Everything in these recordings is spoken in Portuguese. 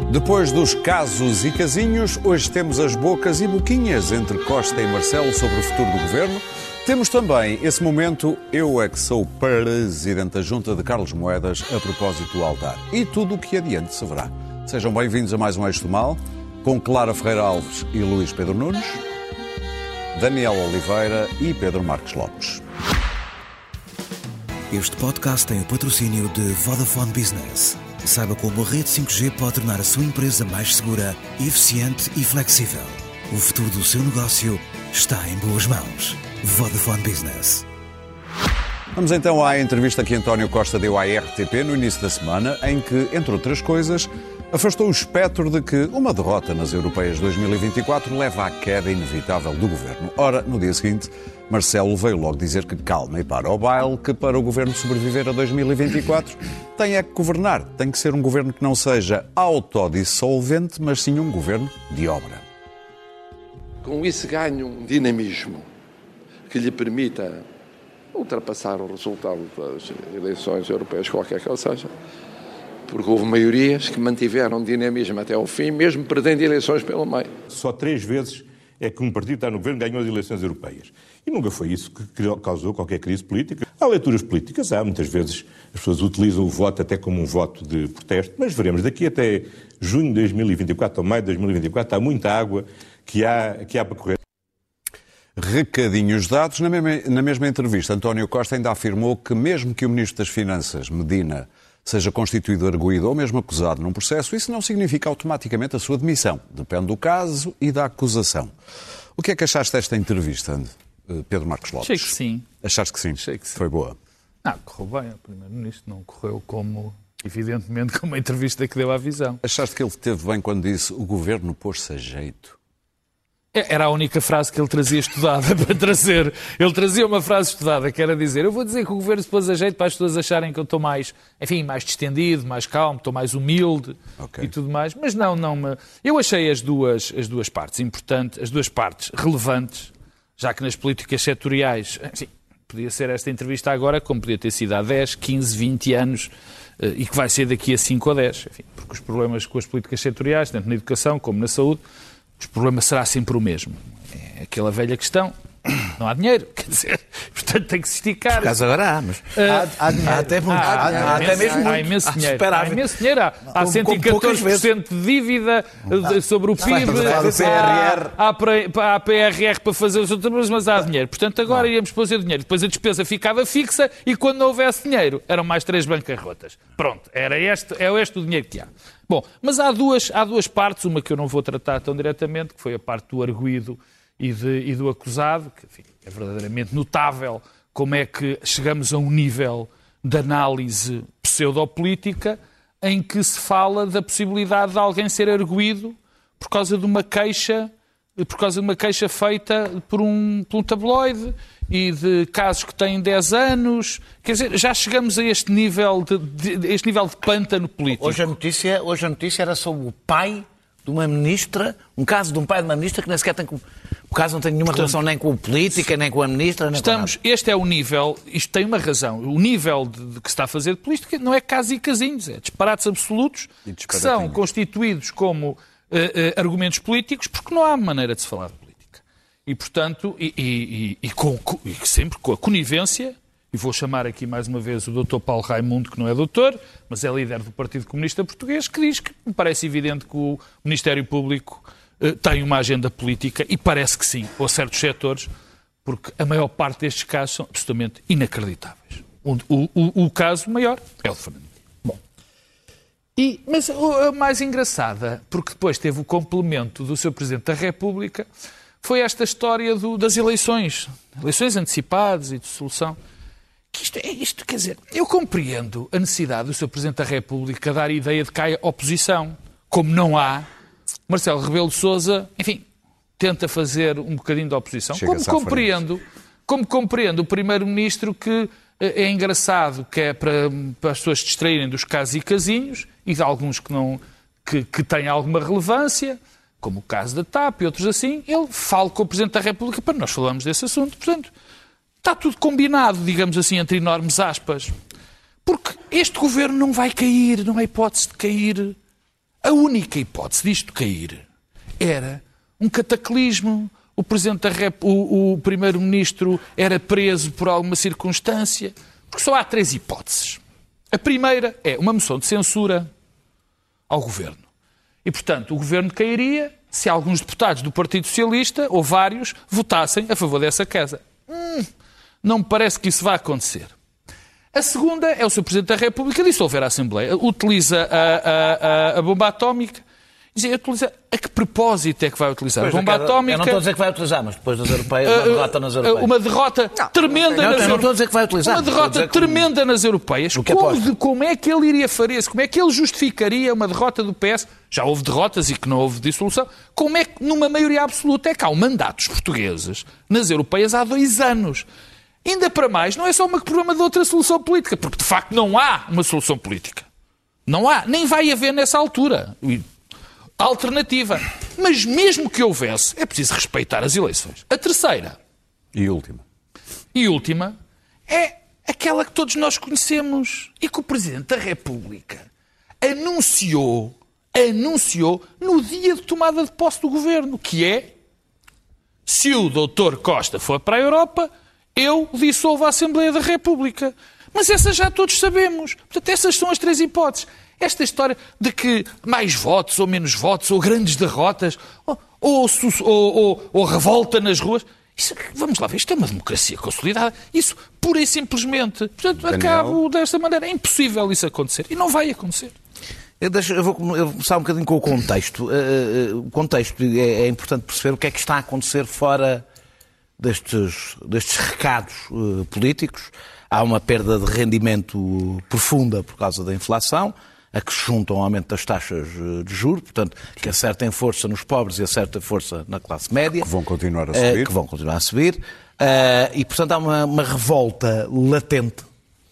Depois dos casos e casinhos, hoje temos as bocas e boquinhas entre Costa e Marcelo sobre o futuro do governo. Temos também esse momento, eu é que sou presidente da Junta de Carlos Moedas, a propósito do altar. E tudo o que adiante se verá. Sejam bem-vindos a mais um Eixo do Mal, com Clara Ferreira Alves e Luís Pedro Nunes, Daniel Oliveira e Pedro Marques Lopes. Este podcast tem o patrocínio de Vodafone Business. Saiba como a rede 5G pode tornar a sua empresa mais segura, eficiente e flexível. O futuro do seu negócio está em boas mãos. Vodafone Business. Vamos então à entrevista que António Costa deu à RTP no início da semana, em que, entre outras coisas, afastou o espectro de que uma derrota nas Europeias 2024 leva à queda inevitável do governo. Ora, no dia seguinte, Marcelo veio logo dizer que calma e para o baile, que para o governo sobreviver a 2024 tem é que governar. Tem que ser um governo que não seja autodissolvente, mas sim um governo de obra. Com isso ganha um dinamismo que lhe permita ultrapassar o resultado das eleições europeias, qualquer que ele seja, porque houve maiorias que mantiveram dinamismo até ao fim, mesmo perdendo eleições pelo meio. Só 3 vezes é que um partido está no governo ganhou as eleições europeias. E nunca foi isso que causou qualquer crise política. Há leituras políticas, muitas vezes as pessoas utilizam o voto até como um voto de protesto, mas veremos, daqui até junho de 2024 ou maio de 2024, há muita água que há para correr. Recadinhos dados. Na mesma entrevista, António Costa ainda afirmou que mesmo que o Ministro das Finanças, Medina, seja constituído arguido ou mesmo acusado num processo, isso não significa automaticamente a sua demissão. Depende do caso e da acusação. O que é que achaste desta entrevista, Pedro Marques Lopes? Achei que sim. Achaste que sim? Achei que sim. Foi boa? Correu bem. O Primeiro-Ministro não correu evidentemente, como a entrevista que deu à Visão. Achaste que ele esteve bem quando disse o governo pôs-se a jeito? Era a única frase que ele trazia estudada para trazer. Ele trazia uma frase estudada, que era dizer: eu vou dizer que o governo se pôs a jeito para as pessoas acharem que eu estou mais distendido, mais calmo, estou mais humilde e tudo mais. Mas não. Eu achei as duas partes importantes, as duas partes relevantes, já que nas políticas setoriais, enfim, podia ser esta entrevista agora, como podia ter sido há 10, 15, 20 anos, e que vai ser daqui a 5 ou 10. Enfim, porque os problemas com as políticas setoriais, tanto na educação como na saúde, o problema será sempre o mesmo. É aquela velha questão, não há dinheiro, quer dizer, portanto tem que se esticar. Por acaso agora há, mas há dinheiro. Há até mesmo muito. Há imenso dinheiro. Há imenso dinheiro. Há 114% de dívida sobre o PIB. Há PRR para fazer os outros, mas há dinheiro. Portanto, agora íamos fazer dinheiro. Depois a despesa ficava fixa e quando não houvesse dinheiro, eram mais 3 bancarrotas. Pronto, é este o dinheiro que há. Bom, mas há duas partes, uma que eu não vou tratar tão diretamente, que foi a parte do arguido e do acusado, que enfim, é verdadeiramente notável como é que chegamos a um nível de análise pseudopolítica em que se fala da possibilidade de alguém ser arguido por causa de uma queixa feita por um tabloide e de casos que têm 10 anos. Quer dizer, já chegamos a este nível de pântano político. Hoje a notícia era sobre o pai de uma ministra, um caso de um pai de uma ministra que nem sequer tem... O caso não tem nenhuma relação nem com a política, nem com a ministra, nem com nada. Este é o nível, isto tem uma razão, o nível de que se está a fazer de política não é casos e casinhos, é disparates absolutos que são constituídos como argumentos políticos porque não há maneira de se falar de política. E, portanto, sempre com a conivência, e vou chamar aqui mais uma vez o Dr. Paulo Raimundo, que não é doutor, mas é líder do Partido Comunista Português, que diz que me parece evidente que o Ministério Público tem uma agenda política, e parece que sim, ou certos setores, porque a maior parte destes casos são absolutamente inacreditáveis. O caso maior é o de Fernando. Bom. Mas a mais engraçada, porque depois teve o complemento do Sr. Presidente da República, foi esta história das eleições antecipadas e de dissolução. Isto, quer dizer, eu compreendo a necessidade do Sr. Presidente da República dar a ideia de que há oposição. Como não há, Marcelo Rebelo de Sousa, enfim, tenta fazer um bocadinho de oposição. Como compreendo o Primeiro-Ministro que é engraçado, que é para as pessoas se distraírem dos casos e casinhos, e de alguns que têm alguma relevância, como o caso da TAP e outros assim, ele fala com o Presidente da República para nós falarmos desse assunto. Portanto, está tudo combinado, digamos assim, entre enormes aspas. Porque este governo não vai cair, não há hipótese de cair A única hipótese disto cair era um cataclismo, o Presidente o Primeiro-Ministro era preso por alguma circunstância, porque só há 3 hipóteses. A primeira é uma moção de censura ao Governo. E, portanto, o Governo cairia se alguns deputados do Partido Socialista, ou vários, votassem a favor dessa casa. Não me parece que isso vá acontecer. A segunda é o Sr. Presidente da República dissolver a Assembleia, utiliza a bomba atómica. A que propósito é que vai utilizar a bomba atómica? Eu não estou a dizer que vai utilizar, mas depois das europeias, uma derrota nas europeias. Uma derrota tremenda nas europeias. Eu não estou a dizer que vai utilizar. Uma derrota tremenda nas europeias. Como é que ele iria fazer isso? Como é que ele justificaria uma derrota do PS? Já houve derrotas e que não houve dissolução. Como é que, numa maioria absoluta, é que há um mandato dos portugueses nas europeias há 2 anos? Ainda para mais, não é só um problema de outra solução política, porque de facto não há uma solução política. Não há, nem vai haver nessa altura alternativa. Mas mesmo que houvesse, é preciso respeitar as eleições. A terceira e última é aquela que todos nós conhecemos e que o Presidente da República anunciou no dia de tomada de posse do Governo, que é: se o Dr. Costa for para a Europa, eu dissolvo a Assembleia da República. Mas essas já todos sabemos. Portanto, essas são as 3 hipóteses. Esta história de que mais votos ou menos votos, ou grandes derrotas, ou revolta nas ruas, isso, vamos lá ver, isto é uma democracia consolidada. Isso, pura e simplesmente. Portanto, acabo desta maneira. É impossível isso acontecer. E não vai acontecer. Eu vou começar um bocadinho com o contexto. O contexto é importante perceber o que é que está a acontecer fora destes recados políticos. Há uma perda de rendimento profunda por causa da inflação, a que se juntam ao aumento das taxas de juros, portanto, que acertem força nos pobres e acertem força na classe média. Que vão continuar a subir. E, portanto, há uma revolta latente.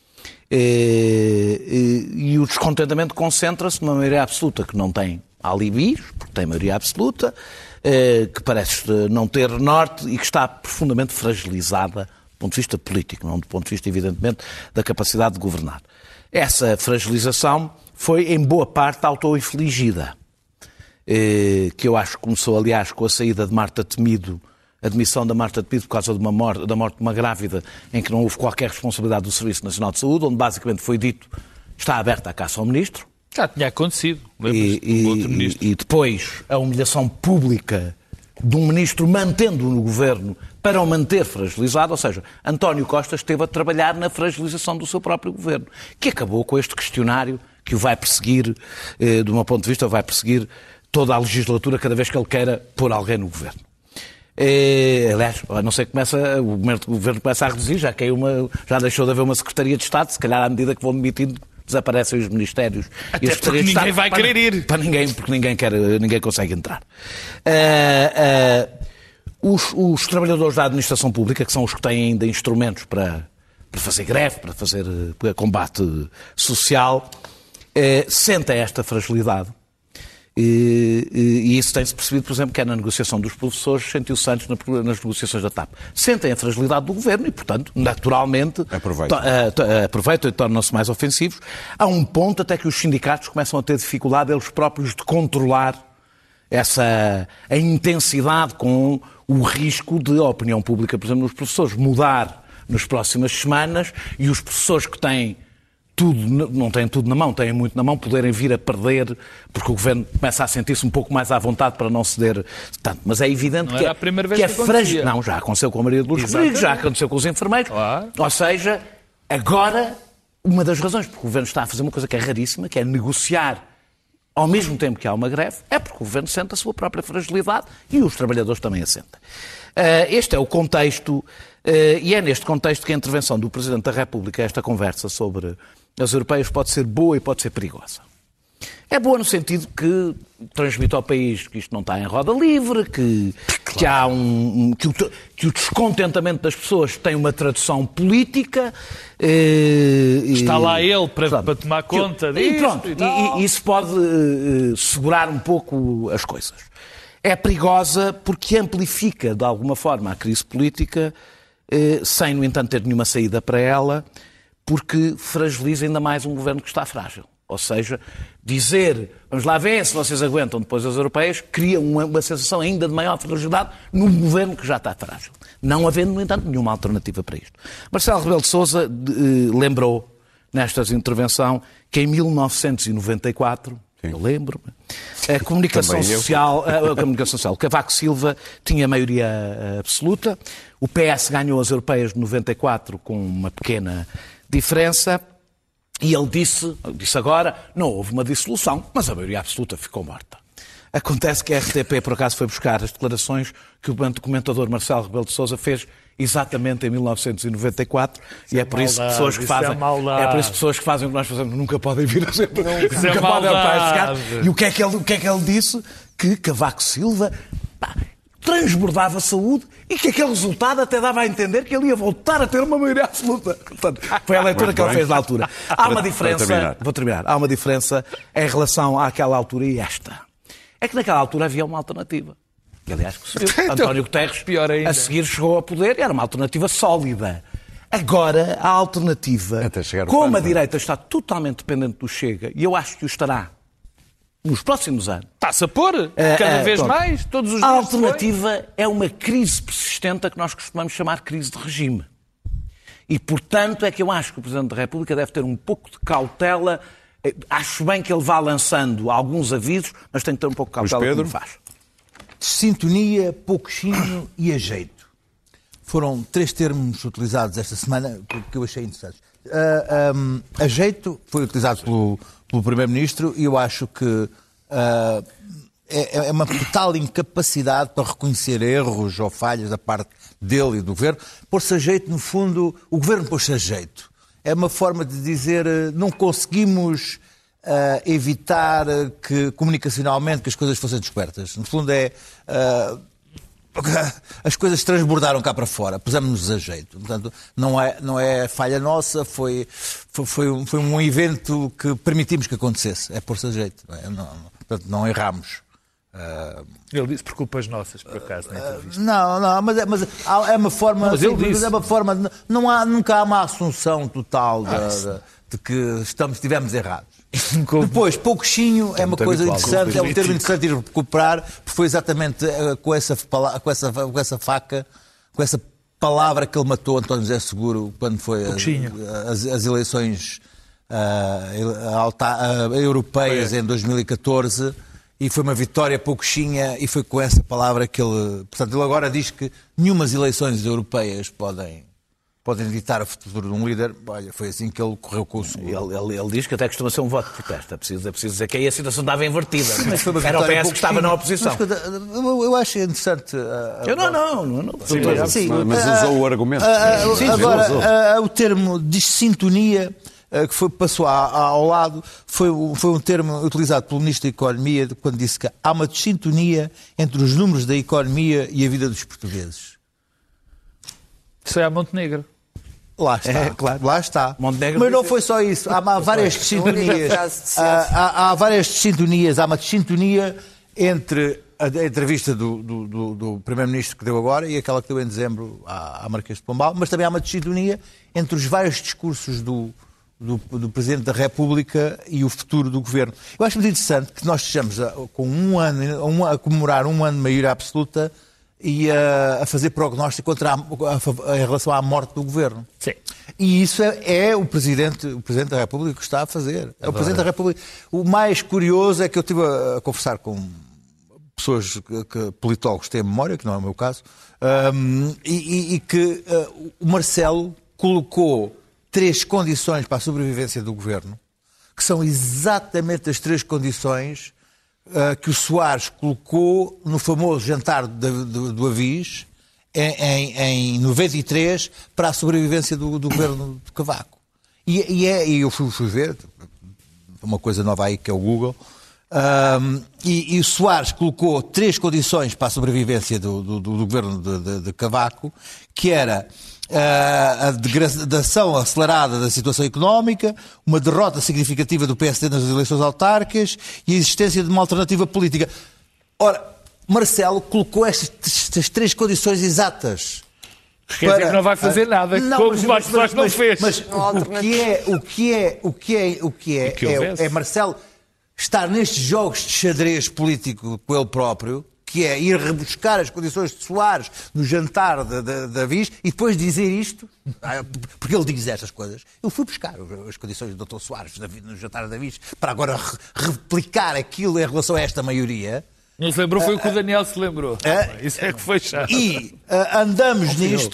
E o descontentamento concentra-se numa maioria absoluta que não tem alibis, porque tem maioria absoluta, que parece não ter norte e que está profundamente fragilizada do ponto de vista político, não do ponto de vista, evidentemente, da capacidade de governar. Essa fragilização foi, em boa parte, auto-infligida, que eu acho que começou, aliás, com a saída de Marta Temido, a admissão da Marta Temido por causa da morte de uma grávida em que não houve qualquer responsabilidade do Serviço Nacional de Saúde, onde basicamente foi dito: está aberta a caça ao Ministro. Já tinha acontecido, lembras-te do outro Ministro. E depois a humilhação pública de um Ministro mantendo-o no Governo para o manter fragilizado, ou seja, António Costa esteve a trabalhar na fragilização do seu próprio Governo, que acabou com este questionário que o vai perseguir, do meu ponto de vista, vai perseguir toda a legislatura cada vez que ele queira pôr alguém no Governo. Aliás, a não ser que o Governo começa a reduzir, já deixou de haver uma Secretaria de Estado, se calhar à medida que vão demitindo, desaparecem os ministérios. Até e porque ninguém vai querer ir. Para ninguém, porque ninguém consegue entrar. Os trabalhadores da administração pública, que são os que têm ainda instrumentos para fazer greve, para fazer combate social, sentem esta fragilidade. E isso tem-se percebido, por exemplo, que é na negociação dos professores, sentiu-se antes nas negociações da TAP. Sentem a fragilidade do Governo e, portanto, naturalmente, aproveitam e tornam-se mais ofensivos. Há um ponto até que os sindicatos começam a ter dificuldade eles próprios de controlar a intensidade com o risco de a opinião pública, por exemplo, nos professores mudar nas próximas semanas e os professores que têm não têm tudo na mão, têm muito na mão, poderem vir a perder, porque o Governo começa a sentir-se um pouco mais à vontade para não ceder tanto. Mas é evidente que é frágil. Não, já aconteceu com a Maria de Lourdes Rodrigues, já aconteceu com os enfermeiros. Claro. Ou seja, agora, uma das razões porque o Governo está a fazer uma coisa que é raríssima, que é negociar ao mesmo tempo que há uma greve, é porque o Governo sente a sua própria fragilidade e os trabalhadores também a sentem. Este é o contexto, e é neste contexto que a intervenção do Presidente da República, esta conversa sobre as europeias, pode ser boa e pode ser perigosa. É boa no sentido que transmite ao país que isto não está em roda livre, que há que o descontentamento das pessoas tem uma tradução política. Está lá ele para tomar conta disto. E isso pode segurar um pouco as coisas. É perigosa porque amplifica, de alguma forma, a crise política, sem, no entanto, ter nenhuma saída para ela, porque fragiliza ainda mais um governo que está frágil. Ou seja, dizer, vamos lá ver se vocês aguentam depois as europeias, cria uma sensação ainda de maior fragilidade num governo que já está frágil. Não havendo, no entanto, nenhuma alternativa para isto. Marcelo Rebelo de Sousa lembrou, nesta intervenção, que em 1994, eu lembro-me, a comunicação social, o Cavaco Silva tinha maioria absoluta, o PS ganhou as europeias de 94 com uma pequena diferença, e ele disse agora, não houve uma dissolução, mas a maioria absoluta ficou morta. Acontece que a RTP, por acaso, foi buscar as declarações que o comentador Marcelo Rebelo de Sousa fez exatamente em 1994, e é por isso que pessoas que fazem o que nós fazemos nunca podem vir a ser, nunca podem chegar. E o que é que ele disse? Que Cavaco Silva transbordava saúde e que aquele resultado até dava a entender que ele ia voltar a ter uma maioria absoluta. Portanto, foi a leitura que ele fez na altura. Há uma diferença, vou terminar, há uma diferença em relação àquela altura e esta. É que naquela altura havia uma alternativa. E, aliás, que se viu. António Guterres, a seguir, chegou ao poder e era uma alternativa sólida. Agora, a alternativa, como a direita está totalmente dependente do Chega, e eu acho que o estará nos próximos anos. Está-se a pôr cada vez mais, todos os dias. A alternativa é uma crise persistente a que nós costumamos chamar crise de regime. E, portanto, é que eu acho que o Presidente da República deve ter um pouco de cautela. Acho bem que ele vá lançando alguns avisos, mas tem que ter um pouco de cautela como faz. Sintonia, pouquinho e ajeito. Foram 3 termos utilizados esta semana que eu achei interessantes. Ajeito foi utilizado pelo Primeiro-Ministro e eu acho que é uma total incapacidade para reconhecer erros ou falhas da parte dele e do Governo. Pôr-se a jeito, no fundo, o Governo pôs-se a jeito. É uma forma de dizer não conseguimos evitar que comunicacionalmente que as coisas fossem descobertas. No fundo as coisas transbordaram cá para fora, pusemos-nos a jeito. Portanto, não é falha nossa, foi um evento que permitimos que acontecesse. É pôr-se a jeito. Portanto, não erramos. Ele disse por culpas nossas, por acaso, na entrevista. Não, mas é uma forma... Mas ele disse. É uma forma... Nunca há uma assunção total de que estivemos errados. Depois, pouquinho é uma coisa interessante, é um termo interessante de recuperar, porque foi exatamente com essa faca, com essa palavra que ele matou António José Seguro quando foi as eleições europeias em 2014, e foi uma vitória pouquinha, e foi com essa palavra que ele... Portanto, ele agora diz que nenhumas eleições europeias podem ditar o futuro de um líder. Olha, foi assim que ele correu com o Seguro. Ele diz que até costuma ser um voto de protesto. É preciso dizer que aí a situação estava invertida. Era o PS que estava na oposição. Mas eu acho interessante... Mas usou o argumento. Agora, o termo de sintonia que passou ao lado foi um termo utilizado pelo Ministro da Economia quando disse que há uma desintonia entre os números da economia e a vida dos portugueses. Isso é a Montenegro. Lá está, claro. Lá está. Montenegro. Mas não foi só isso. Há várias dessintonias. Há várias dessintonias. Há uma desintonia entre a entrevista do Primeiro-Ministro que deu agora e aquela que deu em dezembro à Marquês de Pombal, mas também há uma desintonia entre os vários discursos do Presidente da República e o futuro do Governo. Eu acho muito interessante que nós estejamos a comemorar um ano de maioria absoluta e a fazer prognóstico em relação à morte do Governo. Sim. E isso é o Presidente da República que está a fazer. É o Presidente da República. O mais curioso é que eu estive a conversar com pessoas que politólogos têm memória, que não é o meu caso, e que o Marcelo colocou 3 condições para a sobrevivência do Governo, que são exatamente as 3 condições que o Soares colocou no famoso jantar do Avis em 93 para a sobrevivência do governo de Cavaco. E eu fui ver, uma coisa nova aí que é o Google, e o Soares colocou 3 condições para a sobrevivência do governo de Cavaco, que era a degradação acelerada da situação económica, uma derrota significativa do PSD nas eleições autárquicas e a existência de uma alternativa política. Ora, Marcelo colocou estas 3 condições exatas Quer dizer que não vai fazer nada, como mais pessoas não fez. Mas o que é Marcelo estar nestes jogos de xadrez político com ele próprio, que é ir rebuscar as condições de Soares no jantar da Viz e depois dizer isto, porque ele diz estas coisas. Eu fui buscar as condições do Dr. Soares no jantar da Viz para agora replicar aquilo em relação a esta maioria. Não se lembrou, foi o que o Daniel se lembrou. Isso é que foi chato. E andamos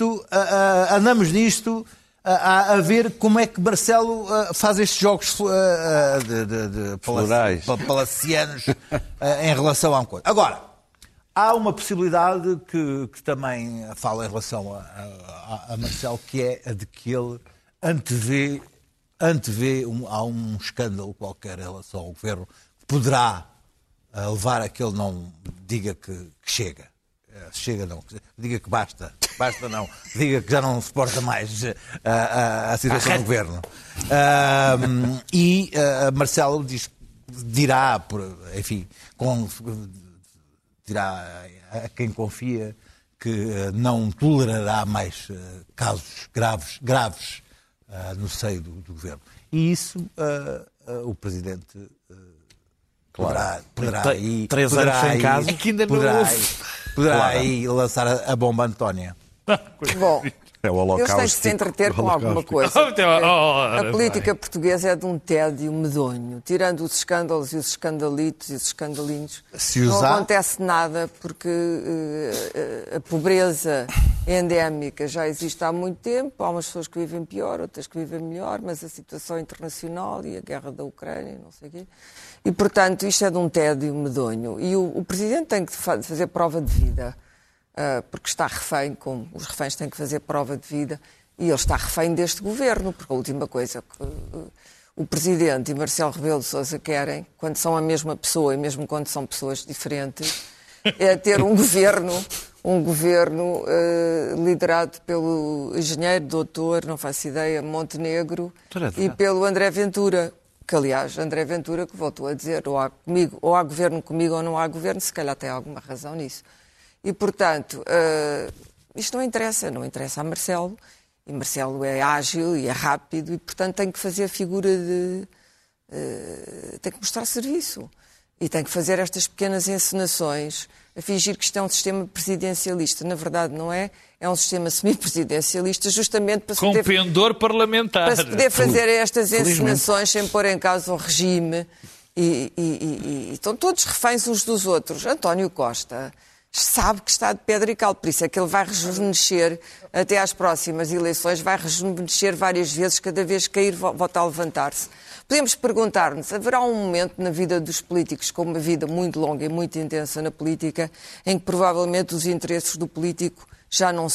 nisto a ver como é que Marcelo faz estes jogos de palacianos em relação a uma coisa. Agora, há uma possibilidade que também fala em relação a Marcelo, que é a de que ele antevê a um escândalo qualquer em relação ao governo, que poderá levar a que ele não diga que chega. Chega não, diga que basta não, diga que já não suporta mais a situação do governo. Marcelo dirá, enfim, dirá a quem confia que não tolerará mais casos graves no seio do governo. E isso o Presidente poderá ir... 3 anos sem casa. Poderá aí lançar a bomba Antónia. Bom, eles têm que se entreter com alguma coisa. A política portuguesa é de um tédio medonho. Tirando os escândalos e os escandalitos e os escandalinhos, não acontece nada, porque a pobreza endémica já existe há muito tempo. Há umas pessoas que vivem pior, outras que vivem melhor, mas a situação internacional e a guerra da Ucrânia, não sei o quê. E, portanto, isto é de um tédio medonho. E o Presidente tem que fazer prova de vida. Porque está refém, como os reféns têm que fazer prova de vida, e ele está refém deste governo, porque a última coisa que o Presidente e Marcelo Rebelo de Sousa querem, quando são a mesma pessoa e mesmo quando são pessoas diferentes, é ter um governo liderado pelo engenheiro, doutor, não faço ideia, Montenegro, e pelo André Ventura, que aliás, André Ventura que voltou a dizer ou há governo comigo ou não há governo, se calhar tem alguma razão nisso. E, portanto, isto não interessa a Marcelo, e Marcelo é ágil e é rápido, e, portanto, tem que fazer a figura tem que mostrar serviço. E tem que fazer estas pequenas encenações, a fingir que isto é um sistema presidencialista. Na verdade, não é. É um sistema semipresidencialista, justamente para se poder... Com pendor parlamentar. Para se poder fazer estas encenações sem pôr em causa o regime. E estão todos reféns uns dos outros. António Costa sabe que está de pedra e cal, por isso é que ele vai rejuvenescer até às próximas eleições, vai rejuvenescer várias vezes, cada vez que cair volta a levantar-se. Podemos perguntar-nos, haverá um momento na vida dos políticos, com uma vida muito longa e muito intensa na política, em que provavelmente os interesses do político já não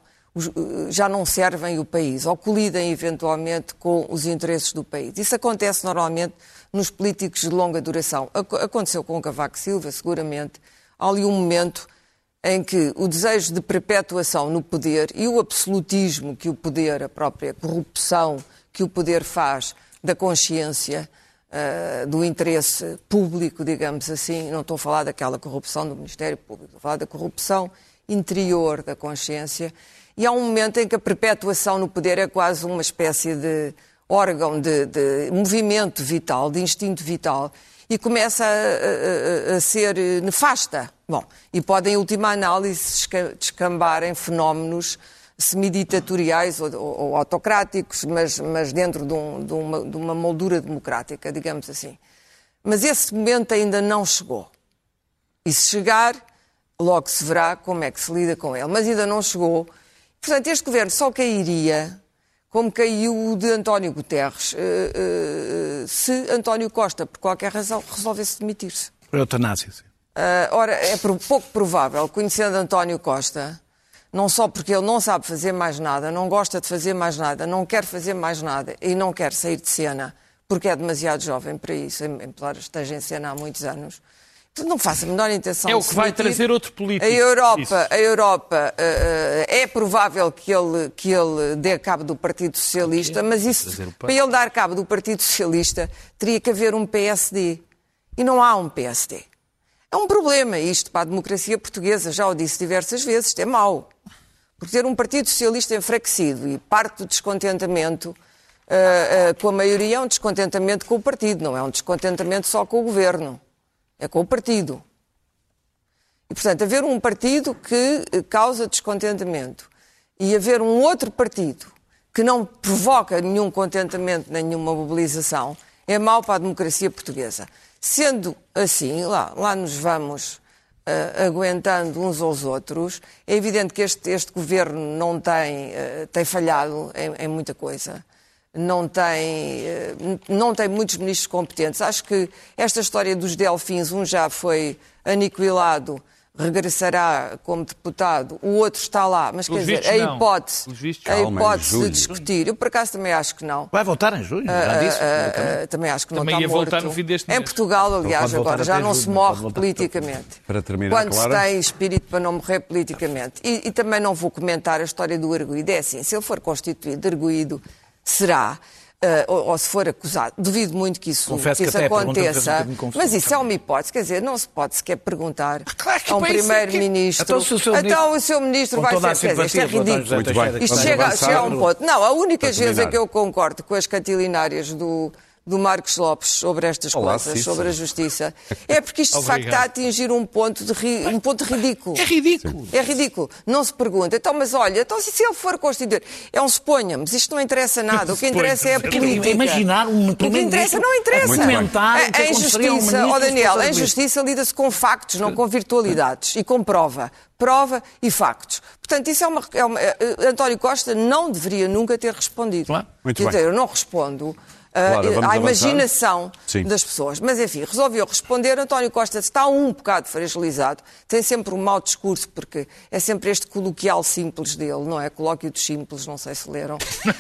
servem o país, ou colidem eventualmente com os interesses do país. Isso acontece normalmente nos políticos de longa duração. Aconteceu com o Cavaco Silva, seguramente. Há ali um momento em que o desejo de perpetuação no poder e o absolutismo que o poder, a própria corrupção que o poder faz da consciência, do interesse público, digamos assim, não estou a falar daquela corrupção do Ministério Público, estou a falar da corrupção interior da consciência, e há um momento em que a perpetuação no poder é quase uma espécie de órgão de movimento vital, de instinto vital, e começa a ser nefasta. Bom, e podem, em última análise, descambar em fenómenos semiditatoriais ou autocráticos, mas dentro de uma moldura democrática, digamos assim. Mas esse momento ainda não chegou. E se chegar, logo se verá como é que se lida com ele. Mas ainda não chegou. Portanto, este governo só cairia como caiu o de António Guterres, se António Costa, por qualquer razão, resolvesse demitir-se. Eutanásia, sim. Ora, é pouco provável, conhecendo António Costa, não só porque ele não sabe fazer mais nada, não gosta de fazer mais nada, não quer fazer mais nada e não quer sair de cena, porque é demasiado jovem para isso, embora esteja em cena há muitos anos. Não faço a menor intenção de É o que vai trazer outro político. A Europa é provável que ele dê cabo do Partido Socialista, mas isso, para ele dar cabo do Partido Socialista, teria que haver um PSD. E não há um PSD. É um problema isto para a democracia portuguesa, já o disse diversas vezes, isto é mau. Porque ter um Partido Socialista enfraquecido e parte do descontentamento com a maioria é um descontentamento com o partido, não é um descontentamento só com o governo, é com o partido. E, portanto, haver um partido que causa descontentamento e haver um outro partido que não provoca nenhum contentamento, nem nenhuma mobilização, é mau para a democracia portuguesa. Sendo assim, lá nos vamos aguentando uns aos outros. É evidente que este governo não tem falhado em muita coisa. Não tem muitos ministros competentes. Acho que esta história dos Delfins, um já foi aniquilado, regressará como deputado, o outro está lá, mas quer dizer, a hipótese de discutir, eu por acaso também acho que não. Vai voltar em junho, já disse. Também acho que não também está ia morto. Voltar no fim deste mês. Em Portugal, aliás, agora já não se morre politicamente. Para terminar, quando se tem espírito para não morrer politicamente. E também não vou comentar a história do arguido. É assim, se ele for constituído de arguido, será... ou se for acusado, duvido muito que isso aconteça, mas isso é uma hipótese, quer dizer, não se pode sequer perguntar a um primeiro-ministro, então o seu ministro vai ser, quer dizer, isto é ridículo. Isto chega a um ponto. Não, a única vez em que eu concordo com as catilinárias do Marcos Lopes sobre estas coisas, sobre a justiça, é porque isto de facto está a atingir um ponto ridículo. É ridículo. É ridículo. Não se pergunta, então, mas olha, então, se ele for constituir, é um suponhamos, isto não interessa nada, o que interessa é a política. Imaginar o que interessa não interessa. A injustiça, Daniel, a injustiça lida-se com factos, não com virtualidades, e com prova e factos. Portanto, isso António Costa não deveria nunca ter respondido. Muito bem. Eu não respondo à imaginação das pessoas. Mas, enfim, resolveu responder. António Costa está um bocado fragilizado, tem sempre um mau discurso, porque é sempre este coloquial simples dele, não é? Colóquio dos simples, não sei se leram.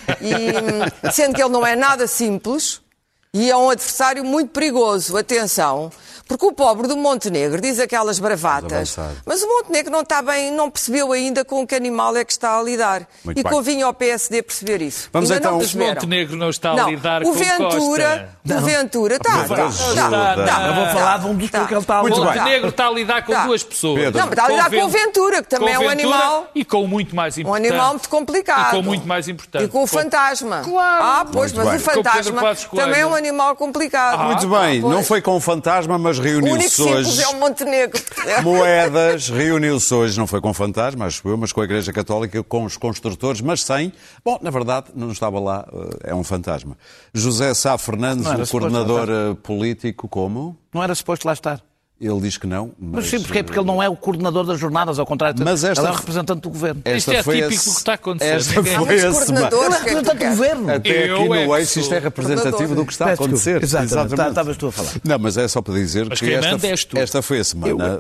E, sendo que ele não é nada simples, e é um adversário muito perigoso, atenção, porque o pobre do Montenegro diz aquelas bravatas, mas o Montenegro não está bem, não percebeu ainda com que animal é que está a lidar. Muito e bem. Convinha ao PSD perceber isso. Vamos ainda então... não perceberam. O Montenegro não está a lidar com o Ventura está. Eu vou falar de um dos porque ele está a lidar. O Montenegro está a lidar com duas pessoas. Pedro. Não, mas está a lidar com o Ventura, que também é um animal... E com o muito mais importante. Um animal muito complicado. E com o muito mais importante. E com o fantasma. Claro. Pois, Muito mas bem. o fantasma também é um animal complicado. Muito bem, não foi com o fantasma, mas reuniu-se hoje. O único simples é o Montenegro. Moedas reuniu-se hoje, não foi com o fantasma, acho eu, mas com a Igreja Católica, com os construtores, mas sem... Bom, na verdade, não estava lá, é um fantasma. José Sá Fernandes, o coordenador político, como? Não era suposto lá estar. Ele diz que não. Mas sim, porque ele não é o coordenador das jornadas, ao contrário, ele é o representante do governo. Isto é típico do que está a acontecer. Esta foi ele é representante do governo. Até aqui no Eixo isto é representativo do que está a acontecer. Exatamente. Estavas tu a falar. Não, mas é só para dizer que esta foi a semana,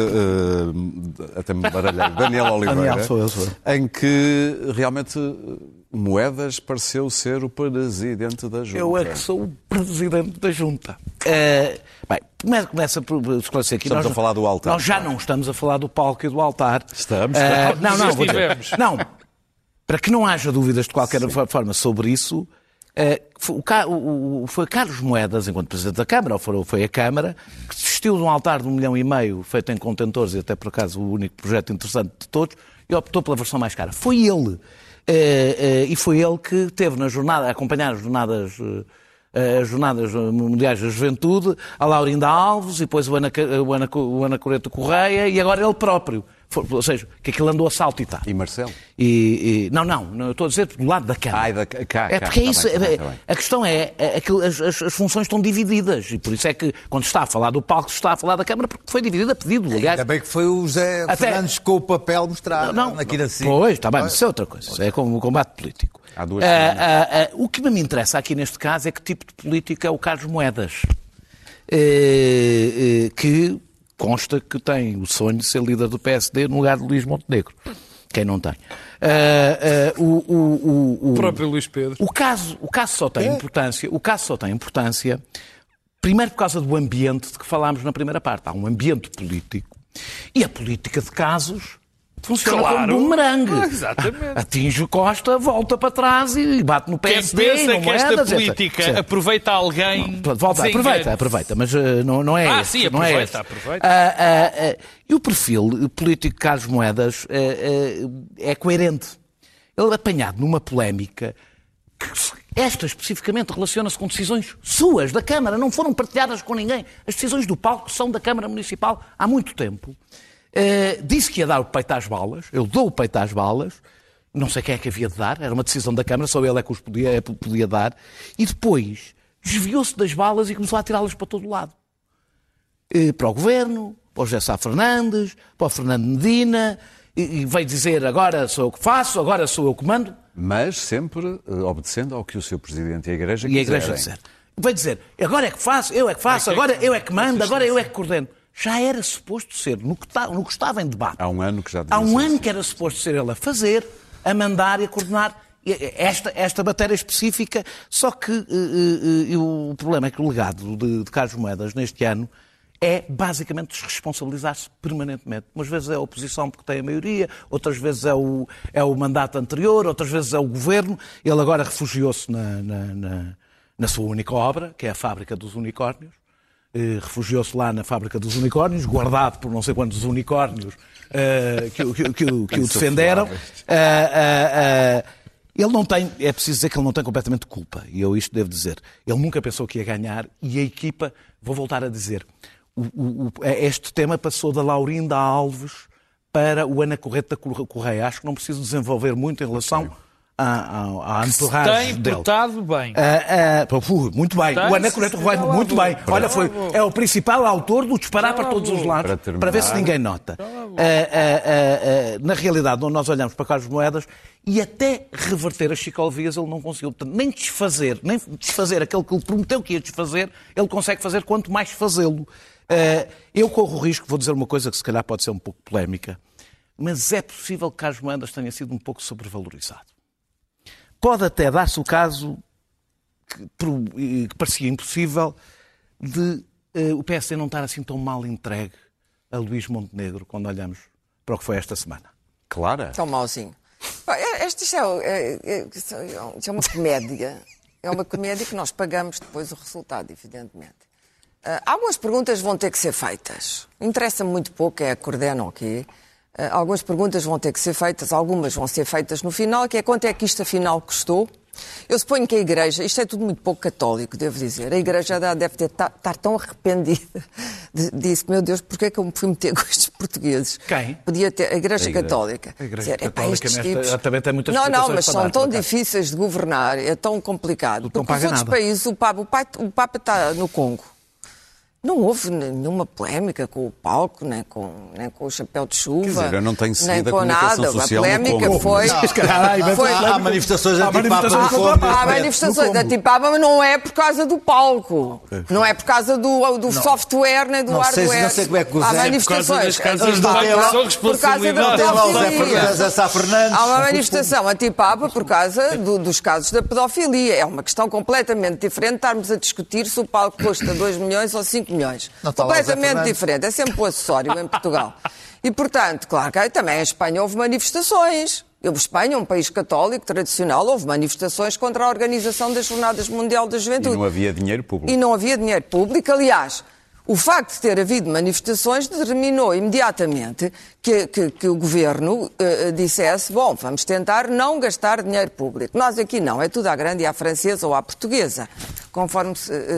até me baralhei, Daniel Oliveira, em que realmente Moedas pareceu ser o presidente da Junta. Eu é que sou o presidente da Junta. Bem, começa por esclarecer aqui. Estamos a falar do altar. Nós já não estamos a falar do palco e do altar. Estamos. Não, para que não haja dúvidas de qualquer forma sobre isso, foi Carlos Moedas, enquanto Presidente da Câmara, ou foi a Câmara, que desistiu de um altar de 1,5 milhão feito em contentores, e até por acaso o único projeto interessante de todos, e optou pela versão mais cara. Foi ele. E foi ele que teve na jornada, a acompanhar as Jornadas Mundiais da Juventude, a Laurinda Alves, e depois o Ana Coreta Correia, e agora ele próprio. Ou seja, que aquilo andou a saltitar. E Marcelo? Não, eu estou a dizer do lado da Câmara. Porque é isso. A questão é as funções estão divididas, e por isso é que, quando se está a falar do palco, se está a falar da Câmara, porque foi dividida a pedido. Aliás, ainda bem que foi o José Fernandes com o papel mostrar aqui na cima. Pois, está bem, mas isso é outra coisa. Isso é como o combate político. Há duas o que me interessa aqui neste caso é que tipo de política é o Carlos Moedas, que consta que tem o sonho de ser líder do PSD no lugar de Luís Montenegro. Quem não tem? O próprio Luís Pedro. O caso só tem importância, primeiro por causa do ambiente de que falámos na primeira parte. Há um ambiente político. E a política de casos Funciona como um bumerangue. Exatamente. Atinge Costa, volta para trás e bate no PSD. Quem pensa não que esta moedas, política etc. aproveita alguém... Aproveita, mas não é sim, não é aproveita. E o perfil político de Carlos Moedas é coerente. Ele é apanhado numa polémica que esta especificamente relaciona-se com decisões suas, da Câmara, não foram partilhadas com ninguém. As decisões do palco são da Câmara Municipal há muito tempo. Disse que ia dar o peito às balas, eu dou o peito às balas, não sei quem é que havia de dar, era uma decisão da Câmara, só ele é que os podia dar, e depois desviou-se das balas e começou a tirá-las para todo lado. Para o Governo, para o José Sá Fernandes, para o Fernando Medina, e veio dizer agora sou eu que faço, agora sou eu que mando. Mas sempre obedecendo ao que o seu Presidente e a Igreja quiserem. E a Igreja disser. Veio dizer, agora é que faço, eu é que faço, agora eu é que mando, agora eu é que coordeno. Já era suposto ser, no que estava em debate. Há um ano que já Há um ano que era suposto ser ele a fazer, a mandar e a coordenar esta matéria específica. Só que o problema é que o legado de Carlos Moedas neste ano é basicamente desresponsabilizar-se permanentemente. Umas vezes é a oposição porque tem a maioria, outras vezes é o mandato anterior, outras vezes é o governo. Ele agora refugiou-se na sua única obra, que é a Fábrica dos Unicórnios. Refugiou-se lá na Fábrica dos Unicórnios, guardado por não sei quantos unicórnios que o defenderam. Ele não tem, é preciso dizer que ele não tem completamente culpa, e eu isto devo dizer. Ele nunca pensou que ia ganhar, e a equipa, vou voltar a dizer, este tema passou da Laurinda Alves para o Ana Corrêa da Correia. Acho que não preciso desenvolver muito em relação à entourage dele. Tem portado bem. Muito bem. O Ana Corrêa da Correia, muito bem. Olha, é o principal autor do disparar para todos os lados, para ver se ninguém nota. Na realidade, nós olhamos para Carlos Moedas e até reverter as ciclovias ele não conseguiu. Portanto, nem desfazer aquele que ele prometeu que ia desfazer, ele consegue fazer quanto mais fazê-lo. Eu corro o risco, vou dizer uma coisa que se calhar pode ser um pouco polémica, mas é possível que Carlos Moedas tenha sido um pouco sobrevalorizado. Pode até dar-se o caso que parecia impossível de o PSD não estar assim tão mal entregue a Luís Montenegro quando olhamos para o que foi esta semana. Clara? Tão mauzinho. Isto é uma comédia. É uma comédia que nós pagamos depois o resultado, evidentemente. Algumas perguntas vão ter que ser feitas. Interessa-me muito pouco, coordenam o quê? Algumas perguntas vão ter que ser feitas, algumas vão ser feitas no final, que é quanto é que isto afinal custou. Eu suponho que a Igreja, isto é tudo muito pouco católico, devo dizer, a Igreja deve estar tão arrependida disso, meu Deus, porquê é que eu me fui meter com estes portugueses? Quem? Podia ter, a Igreja Católica. A Igreja Católica também tem muitas explicações mas são tão difíceis de governar, é tão complicado, porque nos outros países o Papa está no Congo. Não houve nenhuma polémica com o palco, nem com o chapéu de chuva. Quer dizer, eu não tenho seguido nem a com comunicação nada. social. A polémica foi... Há manifestações anti-Papa no Congo. Há manifestações anti-Papa, mas não é por causa do palco. Não é por causa do software, nem do hardware. Não sei como é que há manifestações por causa da pedofilia. Há uma manifestação anti-Papa por causa dos casos da pedofilia. É uma questão completamente diferente estarmos a discutir se o palco custa 2 milhões ou 5 milhões. Completamente diferente. É sempre o acessório em Portugal. E, portanto, claro que também em Espanha houve manifestações. A Espanha é um país católico, tradicional, houve manifestações contra a organização das Jornadas Mundial da Juventude. E não havia dinheiro público. E não havia dinheiro público. Aliás, o facto de ter havido manifestações determinou imediatamente que o governo dissesse, bom, vamos tentar não gastar dinheiro público. Nós aqui não, é tudo à grande e à francesa ou à portuguesa, conforme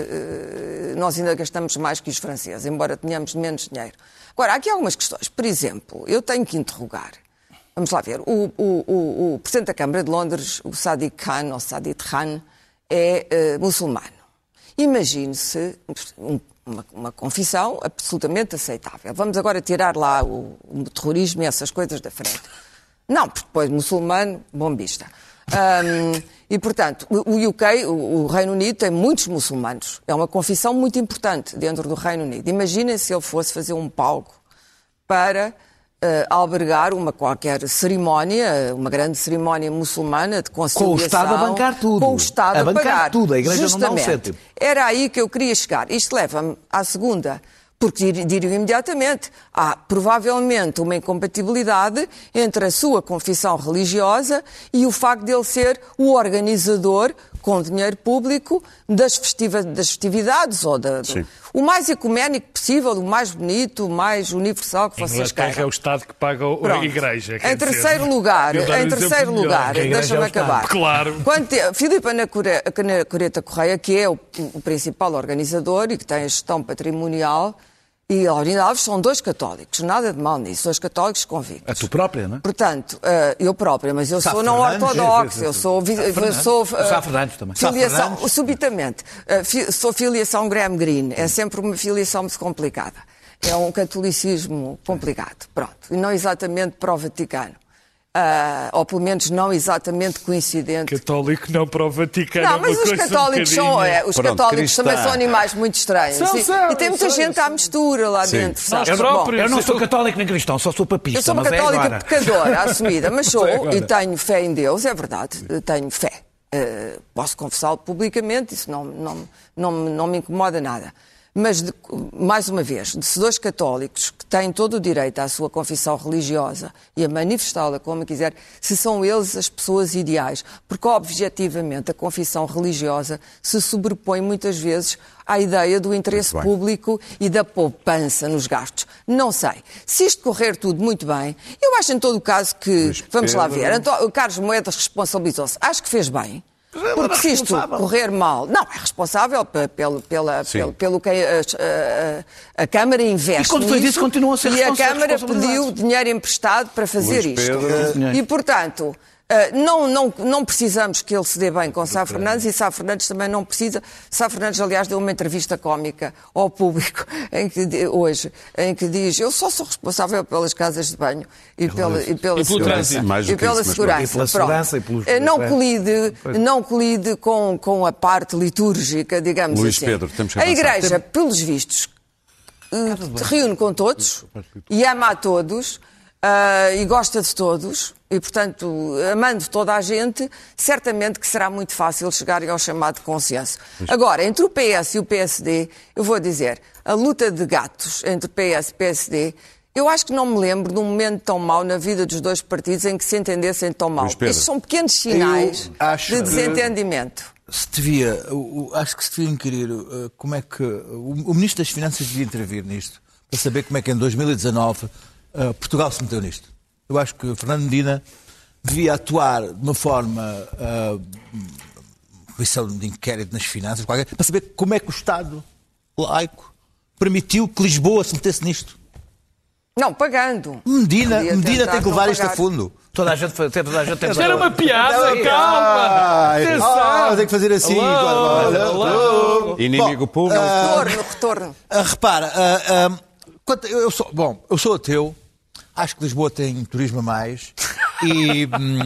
nós ainda gastamos mais que os franceses, embora tenhamos menos dinheiro. Agora, há aqui algumas questões. Por exemplo, eu tenho que interrogar. Vamos lá ver. O Presidente da Câmara de Londres, o Sadiq Khan, ou Sadiq Khan, é muçulmano. Imagine-se uma confissão absolutamente aceitável. Vamos agora tirar lá o terrorismo e essas coisas da frente. Não, porque depois muçulmano, bombista. E, portanto, o UK, o Reino Unido, tem muitos muçulmanos. É uma confissão muito importante dentro do Reino Unido. Imaginem se ele fosse fazer um palco para albergar uma qualquer cerimónia, uma grande cerimónia muçulmana de conciliação. Com o Estado a bancar tudo. Com o Estado a bancar pagar tudo. A Igreja justamente. não dá um cêntimo. Era aí que eu queria chegar. Isto leva-me à segunda Porque diriam imediatamente, há provavelmente uma incompatibilidade entre a sua confissão religiosa e o facto de ele ser o organizador, com dinheiro público, das festividades, ou o mais ecuménico possível, o mais bonito, o mais universal que vocês queiram. É o Estado que paga a Igreja. Em terceiro lugar, deixa-me acabar. Claro. Filipe Ana Coreta Correia, que é o principal organizador e que tem a gestão patrimonial, e Laurindo Alves são dois católicos, nada de mal nisso, dois católicos convictos. A tu própria, não é? Portanto, eu própria, mas eu sou não ortodoxa, eu sou Sá Fernandes também. Filiação, subitamente, sou filiação Graham Greene, é sempre uma filiação muito complicada. É um catolicismo complicado, pronto, e não exatamente pró-Vaticano. Ou pelo menos não exatamente coincidente. Católico não para o Vaticano. Não, mas os católicos católicos também são animais muito estranhos. E tem muita gente à mistura lá dentro. Eu não sou católico nem cristão, só sou papista. Eu sou uma católica pecadora, assumida, mas sou e tenho fé em Deus, é verdade, tenho fé. Posso confessá-lo publicamente, isso não me incomoda nada. Mas, mais uma vez, de dois católicos que têm todo o direito à sua confissão religiosa e a manifestá-la como quiser, se são eles as pessoas ideais, porque objetivamente a confissão religiosa se sobrepõe muitas vezes à ideia do interesse público e da poupança nos gastos. Não sei. Se isto correr tudo muito bem, eu acho em todo o caso que, vamos lá ver, Carlos Moedas responsabilizou-se. Acho que fez bem. Porque se isto correr mal, não, é responsável pelo que a Câmara investe. E quando foi disso, continua a ser responsável. E a Câmara pediu dinheiro emprestado para fazer isto. E, portanto, não precisamos que ele se dê bem com Sá Fernandes e Sá Fernandes também não precisa. Sá Fernandes, aliás, deu uma entrevista cómica ao público hoje, em que diz: eu só sou responsável pelas casas de banho e pela segurança. Não colide com a parte litúrgica, digamos Luís assim. Pedro, temos que a Igreja, pelos vistos, reúne com todos e ama a todos. E gosta de todos, e portanto, amando toda a gente, certamente que será muito fácil chegarem ao chamado consenso. Agora, entre o PS e o PSD, eu vou dizer, a luta de gatos entre PS e PSD, eu acho que não me lembro de um momento tão mau na vida dos dois partidos em que se entendessem tão mal. Estes são pequenos sinais de desentendimento. Acho que se devia inquirir como é que o Ministro das Finanças devia intervir nisto, para saber como é que em 2019 Portugal se meteu nisto. Eu acho que Fernando Medina devia atuar de uma forma comissão de inquérito nas finanças, para saber como é que o Estado laico permitiu que Lisboa se metesse nisto. Não, pagando. Medina tem que levar isto a fundo. Toda a gente tem Isto era uma piada, calma! Tem que fazer assim. Inimigo público. Retorno. Repara, eu sou ateu. Acho que Lisboa tem turismo a mais e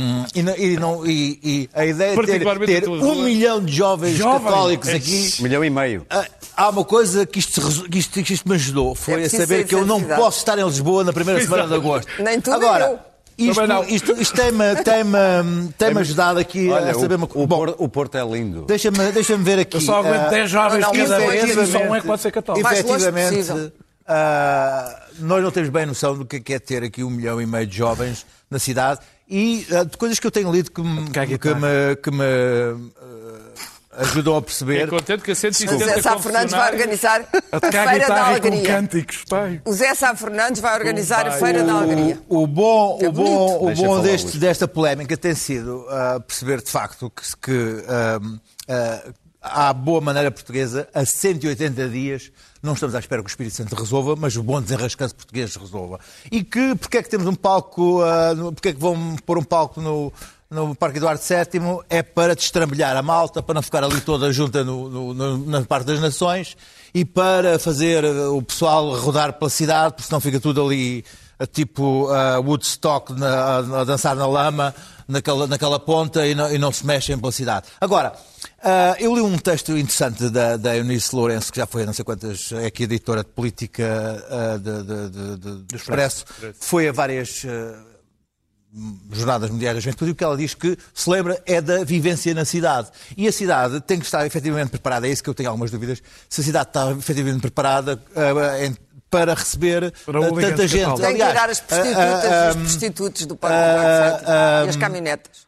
a ideia de ter 1 milhão de jovens católicos aqui... 1,5 milhão. Há uma coisa que isto me ajudou, foi a saber que eu não posso estar em Lisboa na primeira semana de agosto. Nem tudo. Agora, isto tem-me ajudado aqui a saber uma coisa. O Porto é lindo. Deixa-me ver aqui. Eu só aguento 10 jovens cada vez e só um é que pode ser católico. Efetivamente, nós não temos bem noção do que é ter aqui 1,5 milhão de jovens na cidade e de coisas que eu tenho lido que me ajudam a perceber. É contente que a 170 o Zé Sá Fernandes vai organizar a Feira da Alegria. Com cânticos, pai. O Zé Sá Fernandes vai organizar a Feira da Alegria. O bom desta polémica tem sido perceber de facto que há boa maneira portuguesa, a 180 dias, não estamos à espera que o Espírito Santo resolva, mas o bom desenrascante português resolva. E porque é que temos um palco, porque é que vão pôr um palco no Parque Eduardo VII? É para destrambelhar a malta, para não ficar ali toda junta na parte das nações e para fazer o pessoal rodar pela cidade, porque senão fica tudo ali tipo Woodstock a dançar na lama, naquela ponta e não se mexem pela cidade. Agora, eu li um texto interessante da Eunice Lourenço, que já foi a não sei quantas, é aqui editora de política do Expresso, foi a várias Jornadas Mundiais da Juventude, e o que ela diz que se lembra é da vivência na cidade. E a cidade tem que estar efetivamente preparada, é isso que eu tenho algumas dúvidas, se a cidade está efetivamente preparada para receber tanta gente. Tem que tirar as prostitutas e os prostitutos do parque e as caminhonetas.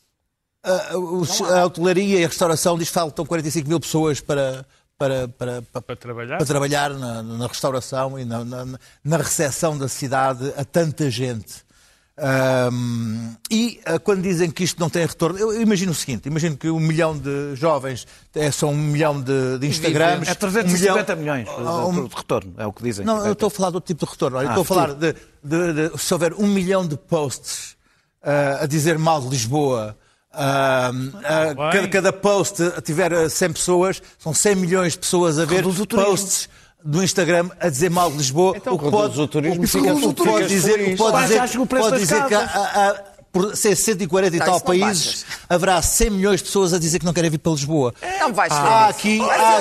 A hotelaria e a restauração diz que faltam 45 mil pessoas para trabalhar na restauração e na recepção da cidade a tanta gente. Quando dizem que isto não tem retorno, eu imagino o seguinte, imagino que 1 milhão de jovens são 1 milhão de Instagrams. É 350 milhões de retorno, é o que dizem. Não, eu estou a falar de outro tipo de retorno. Eu estou a falar de se houver 1 milhão de posts a dizer mal de Lisboa, cada post tiver 100 pessoas, são 100 milhões de pessoas a ver posts do Instagram a dizer mal de Lisboa. Então, o que pode dizer que por ser 140 e tal países, haverá 100 milhões de pessoas a dizer que não querem vir para Lisboa. Não vai ser há aqui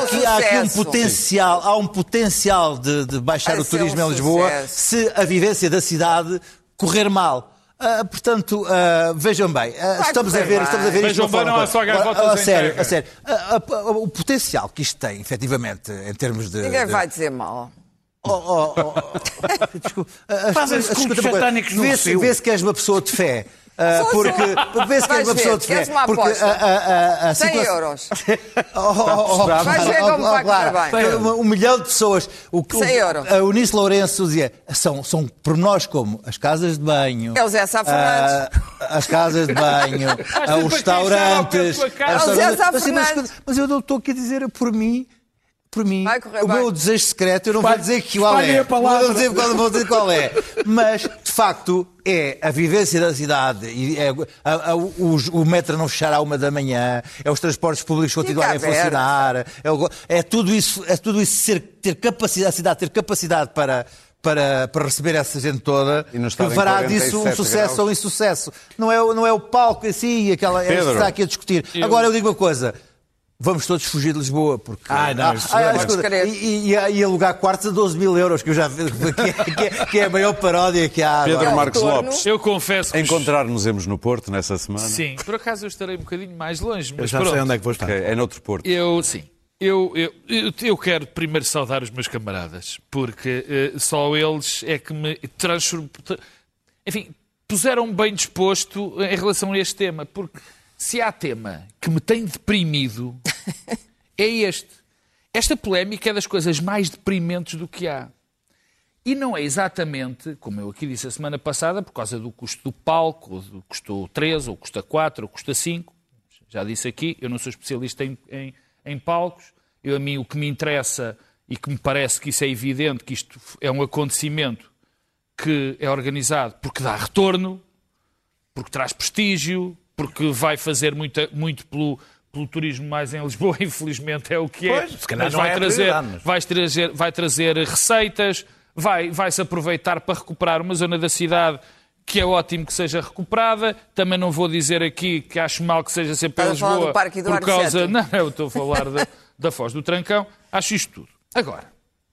um potencial de baixar o turismo em Lisboa se a vivência da cidade correr mal. Portanto, vejam bem, estamos a ver vejam bem, não é só a sério. O potencial que isto tem, efetivamente, em termos de... Ninguém vai dizer mal. Desculpa. Fazem-se cultos satânicos no Rio. Vê-se que és uma pessoa de fé. Porque vê-se que és uma pessoa de fé. Porque 100 euros. Vais ver como vai correr bem. 1 milhão de pessoas. 100 euros. A Eunice Lourenço dizia, são pormenores como as casas de banho. É o Zé Sá Fernandes. As casas de banho, os restaurantes. Mas eu não estou aqui a dizer por mim. O meu desejo secreto, eu não vou dizer qual é. Não vou dizer qual é. Mas, de facto, é a vivência da cidade. O metro não fechar à 1 da manhã. É os transportes públicos continuarem a funcionar. É tudo isso ter capacidade, a cidade ter capacidade para receber essa gente toda, que fará disso um sucesso ou insucesso. Não é o palco assim, aquela que está aqui a discutir. Agora eu digo uma coisa. Vamos todos fugir de Lisboa, porque... E alugar quartos a 12 mil euros, que eu já vi, que é a maior paródia que há. Pedro Marcos Lopes, eu confesso que... Encontrar-nos-emos no Porto nessa semana. Sim, por acaso eu estarei um bocadinho mais longe, mas eu já sei onde é que vou estar. É noutro Porto. Eu quero primeiro saudar os meus camaradas, porque só eles é que me puseram bem disposto em relação a este tema, porque se há tema que me tem deprimido, é este. Esta polémica é das coisas mais deprimentes do que há. E não é exatamente, como eu aqui disse a semana passada, por causa do custo do palco, ou custou 3, ou custa 4, ou custa 5. Já disse aqui, eu não sou especialista em palcos. A mim o que me interessa, e que me parece que isso é evidente, que isto é um acontecimento que é organizado porque dá retorno, porque traz prestígio, porque vai fazer muito pelo turismo mais em Lisboa, infelizmente é o que é. Pois, se calhar mas vai trazer receitas, vai-se aproveitar para recuperar uma zona da cidade que é ótimo que seja recuperada. Também não vou dizer aqui que acho mal que seja sempre em Lisboa por causa... Não, eu estou a falar da Foz do Trancão. Acho isto tudo. Agora,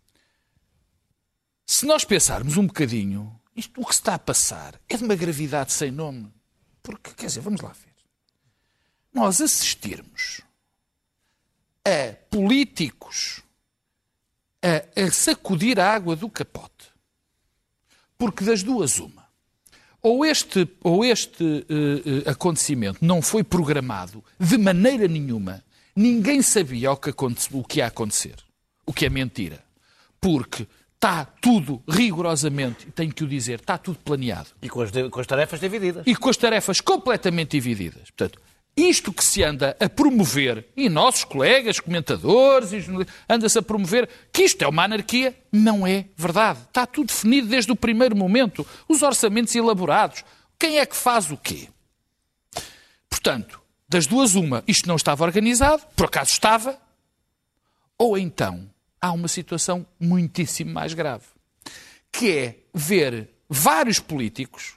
se nós pensarmos um bocadinho, o que se está a passar é de uma gravidade sem nome. Porque, quer dizer, vamos lá ver. Nós assistirmos a políticos a sacudir a água do capote. Porque das duas uma. Ou este acontecimento não foi programado de maneira nenhuma. Ninguém sabia o que ia acontecer. O que é mentira. Porque está tudo rigorosamente, tenho que o dizer, está tudo planeado. E com as tarefas divididas. E com as tarefas completamente divididas. Portanto, isto que se anda a promover, e nossos colegas, comentadores, anda-se a promover, que isto é uma anarquia, não é verdade. Está tudo definido desde o primeiro momento. Os orçamentos elaborados. Quem é que faz o quê? Portanto, das duas uma, isto não estava organizado, por acaso estava, ou então há uma situação muitíssimo mais grave, que é ver vários políticos,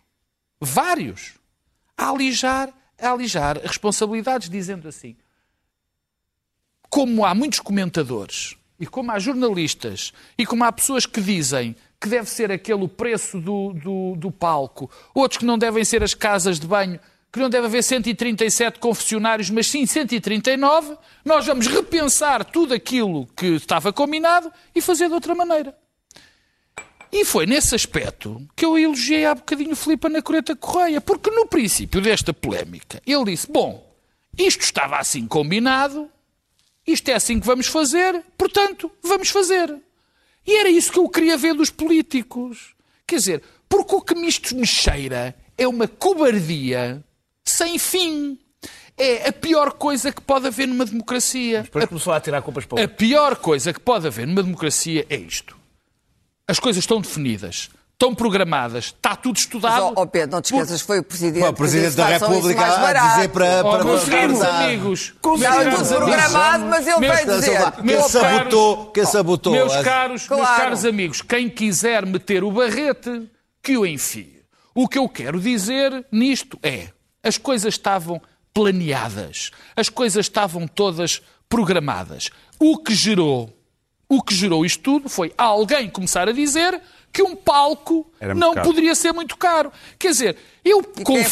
a alijar responsabilidades, dizendo assim, como há muitos comentadores, e como há jornalistas, e como há pessoas que dizem que deve ser aquele o preço do palco, outros que não devem ser as casas de banho, que não deve haver 137 confessionários, mas sim 139, nós vamos repensar tudo aquilo que estava combinado e fazer de outra maneira. E foi nesse aspecto que eu elogiei há bocadinho o Filipe Anacoreta Correia, porque no princípio desta polémica ele disse, bom, isto estava assim combinado, isto é assim que vamos fazer, portanto, vamos fazer. E era isso que eu queria ver dos políticos. Quer dizer, porque o que isto me cheira é uma cobardia sem fim. É a pior coisa que pode haver numa democracia. Depois começou a tirar culpas para o outro. A pior coisa que pode haver numa democracia é isto. As coisas estão definidas, estão programadas, está tudo estudado. Mas, Pedro, não te esqueças, foi o Presidente da República a dizer para meus caros amigos, programado, mas ele vai dizer. Quem sabotou. Meus caros amigos, quem quiser meter o barrete, que o enfie. O que eu quero dizer nisto é, as coisas estavam planeadas, as coisas estavam todas programadas. O que gerou isto tudo foi alguém começar a dizer que um palco não poderia ser muito caro. Quer dizer, eu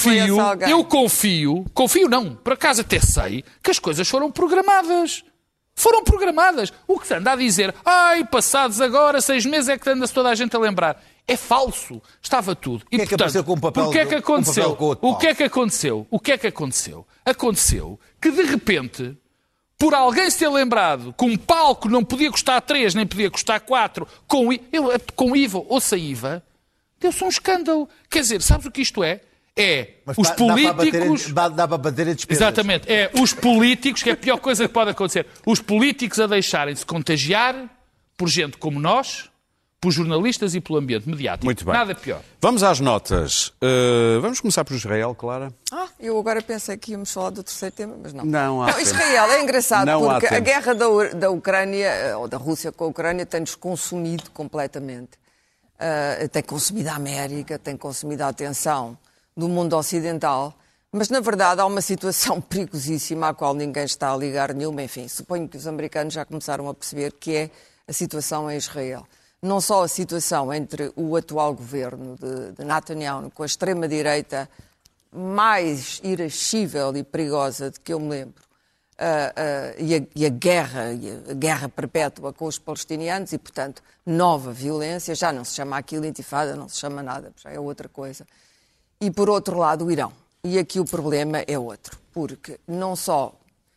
confio não, por acaso até sei, que as coisas foram programadas. Foram programadas. O que se anda a dizer, passados agora 6 meses é que anda-se toda a gente a lembrar. É falso. Estava tudo. E, portanto, o que é que aconteceu? O que é que aconteceu? Aconteceu que, de repente, por alguém se ter lembrado que um palco não podia custar 3, nem podia custar 4, com IVA ou sem IVA, deu-se um escândalo. Quer dizer, sabes o que isto é? Mas os políticos... Dá para bater em despesas. Exatamente. É os políticos, que é a pior coisa que pode acontecer. Os políticos a deixarem-se contagiar por gente como nós, por jornalistas e pelo ambiente mediático. Muito bem. Nada pior. Vamos às notas. Vamos começar por Israel, Clara. Eu agora pensei que íamos falar do terceiro tema, mas não. Não, Israel é engraçado porque a guerra da Ucrânia, ou da Rússia com a Ucrânia, tem-nos consumido completamente. Tem consumido a América, tem consumido a atenção do mundo ocidental, mas na verdade há uma situação perigosíssima à qual ninguém está a ligar nenhuma. Enfim, suponho que os americanos já começaram a perceber que é a situação em Israel. Não só a situação entre o atual governo de Netanyahu com a extrema-direita mais irascível e perigosa de que eu me lembro, e a guerra perpétua com os palestinianos e, portanto, nova violência, já não se chama aquilo intifada, não se chama nada, já é outra coisa. E, por outro lado, o Irão. E aqui o problema é outro, porque não só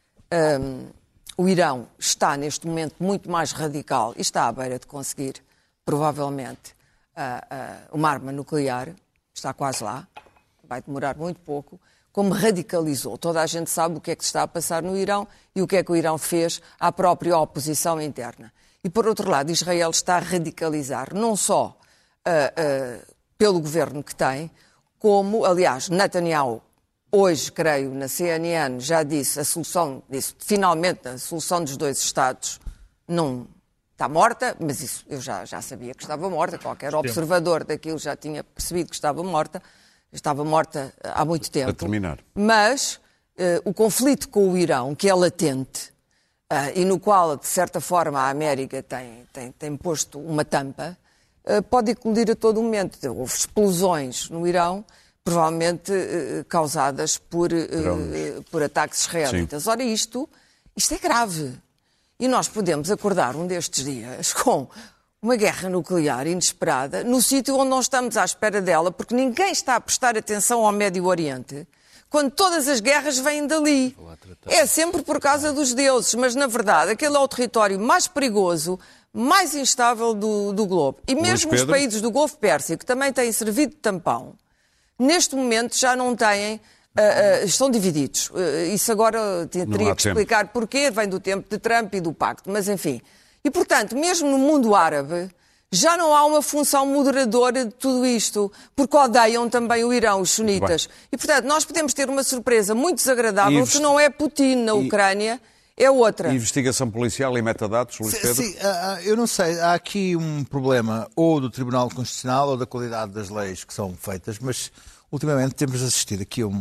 o Irão está, neste momento, muito mais radical e está à beira de conseguir, provavelmente, uma arma nuclear, está quase lá, vai demorar muito pouco, como radicalizou. Toda a gente sabe o que é que se está a passar no Irão e o que é que o Irão fez à própria oposição interna. E, por outro lado, Israel está a radicalizar, não só pelo governo que tem, como, aliás, Netanyahu, hoje, creio, na CNN, já disse, finalmente, a solução dos 2 Estados não está morta, mas isso eu já sabia que estava morta, qualquer observador daquilo já tinha percebido que estava morta há muito tempo. Para terminar. Mas o conflito com o Irão, que é latente, e no qual, de certa forma, a América tem posto uma tampa, pode eclodir a todo momento. Houve explosões no Irão, provavelmente causadas por ataques israelitas. Ora, isto é grave. E nós podemos acordar um destes dias com uma guerra nuclear inesperada no sítio onde não estamos à espera dela, porque ninguém está a prestar atenção ao Médio Oriente, quando todas as guerras vêm dali. É sempre por causa dos deuses, mas, na verdade, aquele é o território mais perigoso, mais instável do globo. E mesmo os países do Golfo Pérsico, que também têm servido de tampão, neste momento já não têm... estão divididos. Isso agora teria que explicar porquê, vem do tempo de Trump e do pacto, mas enfim. E, portanto, mesmo no mundo árabe, já não há uma função moderadora de tudo isto, porque odeiam também o Irão, os sunitas. E, portanto, nós podemos ter uma surpresa muito desagradável, que não é Putin na Ucrânia, é outra. Investigação policial e metadados, Luís Pedro? Sim, eu não sei. Há aqui um problema ou do Tribunal Constitucional ou da qualidade das leis que são feitas, mas ultimamente temos assistido aqui a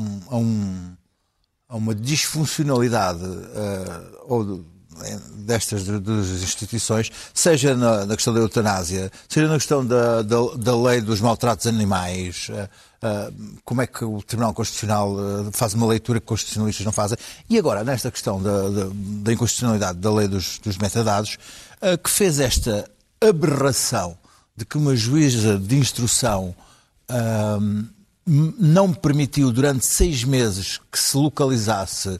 uma disfuncionalidade destas das instituições, seja na questão da eutanásia, seja na questão da lei dos maltratos animais, como é que o Tribunal Constitucional faz uma leitura que constitucionalistas não fazem, e agora nesta questão da inconstitucionalidade da lei dos metadados, que fez esta aberração de que uma juíza de instrução não permitiu durante 6 meses que se localizasse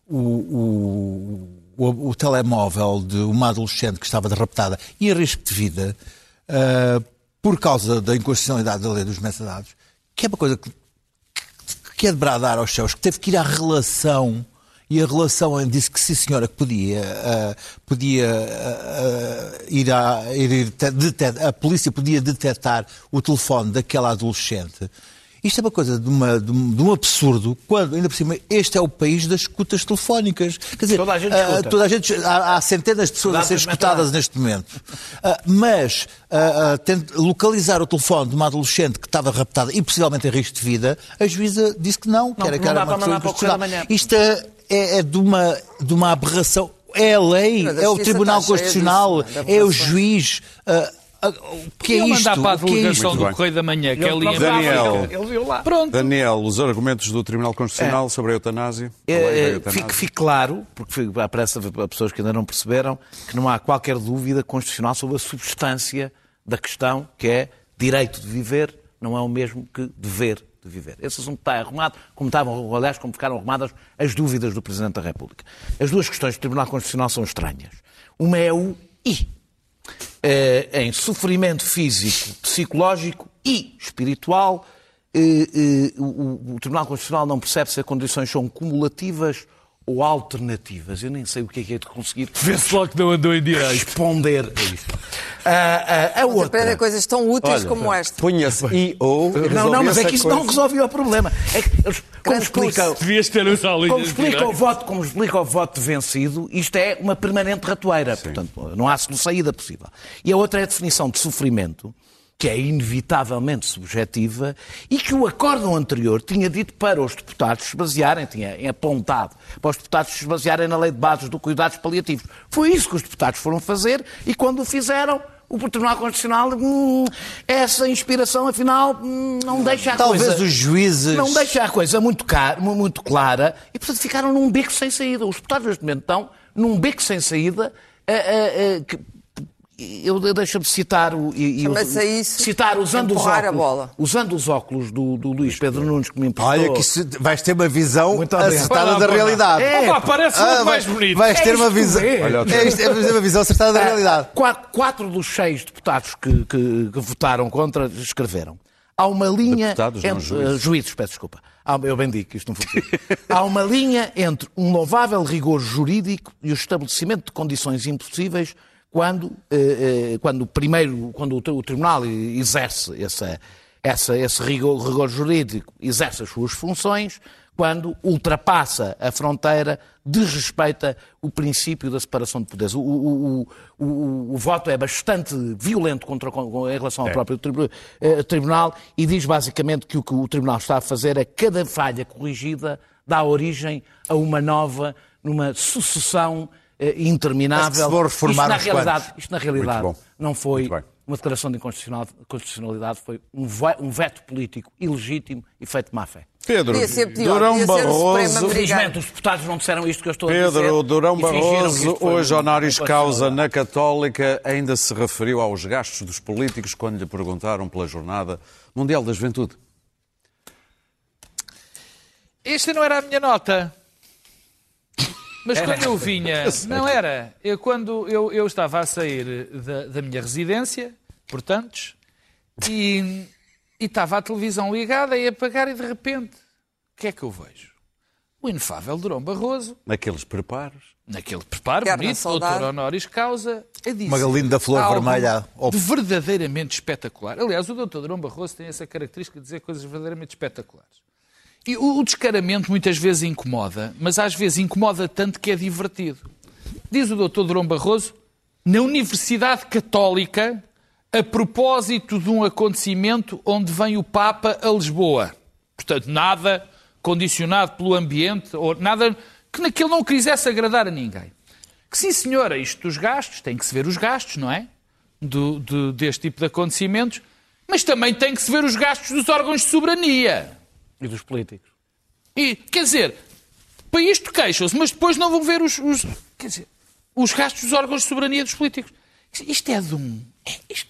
o telemóvel de uma adolescente que estava raptada e em risco de vida por causa da inconstitucionalidade da lei dos metadados, que é uma coisa que é de bradar aos céus, que teve que ir à relação, e a relação disse que sim senhora, que podia a polícia podia detectar o telefone daquela adolescente. Isto é uma coisa de um absurdo, quando, ainda por cima, este é o país das escutas telefónicas. Quer dizer, toda a gente há centenas de pessoas a ser escutadas neste momento. Mas localizar o telefone de uma adolescente que estava raptada e possivelmente em risco de vida, a juíza disse que não, que era uma pessoa inconstitucional. Isto é de uma aberração. É a lei, é o Tribunal Constitucional, é o juiz. Que é isto? Mandar para a delegação do Correio da Manhã, que é ali em Daniel, ele viu lá. Pronto. Daniel, os argumentos do Tribunal Constitucional sobre a eutanásia? Fique claro, porque parece a pessoas que ainda não perceberam, que não há qualquer dúvida constitucional sobre a substância da questão, que é direito de viver não é o mesmo que dever de viver. Esse assunto está arrumado, como ficaram arrumadas as dúvidas do Presidente da República. As duas questões do Tribunal Constitucional são estranhas. Uma é o I. Em sofrimento físico, psicológico e espiritual, o Tribunal Constitucional não percebe se as condições são cumulativas ou alternativas. Eu nem sei o que é de conseguir vê-se logo que não andou em direito responder a isto. A outra... Aprender coisas tão úteis como esta. Punha-se I.O. Não, mas é que isso não resolve o problema. É que eles, como explica o voto vencido, isto é uma permanente ratoeira. Sim. Portanto, não há saída possível. E a outra é a definição de sofrimento, que é inevitavelmente subjetiva, e que o acórdão anterior tinha dito para os deputados se basearem, tinha apontado para os deputados se basearem na lei de bases do cuidados paliativos. Foi isso que os deputados foram fazer, e quando o fizeram, o Tribunal Constitucional, essa inspiração, afinal, não deixa a coisa... Talvez os juízes... Não deixa a coisa muito clara, e portanto ficaram num beco sem saída. Os deputados neste momento estão num beco sem saída, deixa-me citar usando os óculos do Luís Pedro Nunes, que me emprestou. Olha que vais ter uma visão acertada da realidade. Parece muito mais bonito. Vais ter uma visão. Uma visão acertada da realidade. 4 dos 6 deputados que votaram contra escreveram. Há uma linha entre juízes, peço desculpa. Eu bem digo que isto não funciona. Há uma linha entre um louvável rigor jurídico e o estabelecimento de condições impossíveis quando o Tribunal exerce esse rigor jurídico, exerce as suas funções, quando ultrapassa a fronteira, desrespeita o princípio da separação de poderes. O voto é bastante violento em relação ao próprio Tribunal e diz basicamente que o que o Tribunal está a fazer é cada falha corrigida dá origem a uma nova, numa sucessão interminável. Isto na realidade não foi uma declaração de inconstitucionalidade, foi um veto político ilegítimo e feito de má fé. Pedro Durão Barroso... Felizmente os deputados não disseram isto que eu estou a dizer. Pedro Durão Barroso, hoje honoris causa na Católica, ainda se referiu aos gastos dos políticos quando lhe perguntaram pela Jornada Mundial da Juventude. Esta não era a minha nota. Mas quando eu vinha... Não era. Quando eu estava a sair da minha residência, portanto, e estava a televisão ligada e a apagar e de repente, o que é que eu vejo? O inefável Durão Barroso... Naquele preparo bonito, doutor honoris causa, a dizer... Magalinho da flor vermelha. De verdadeiramente espetacular. Aliás, o doutor Durão Barroso tem essa característica de dizer coisas verdadeiramente espetaculares. E o descaramento muitas vezes incomoda, mas às vezes incomoda tanto que é divertido. Diz o Dr. Durão Barroso, na Universidade Católica, a propósito de um acontecimento onde vem o Papa a Lisboa. Portanto, nada condicionado pelo ambiente, ou nada que ele não quisesse agradar a ninguém. Que sim, senhora, isto dos gastos, tem que se ver os gastos, não é? Deste tipo de acontecimentos, mas também tem que se ver os gastos dos órgãos de soberania. E dos políticos. E, quer dizer, para isto queixam-se, mas depois não vão ver os gastos dos órgãos de soberania dos políticos. Isto é de um...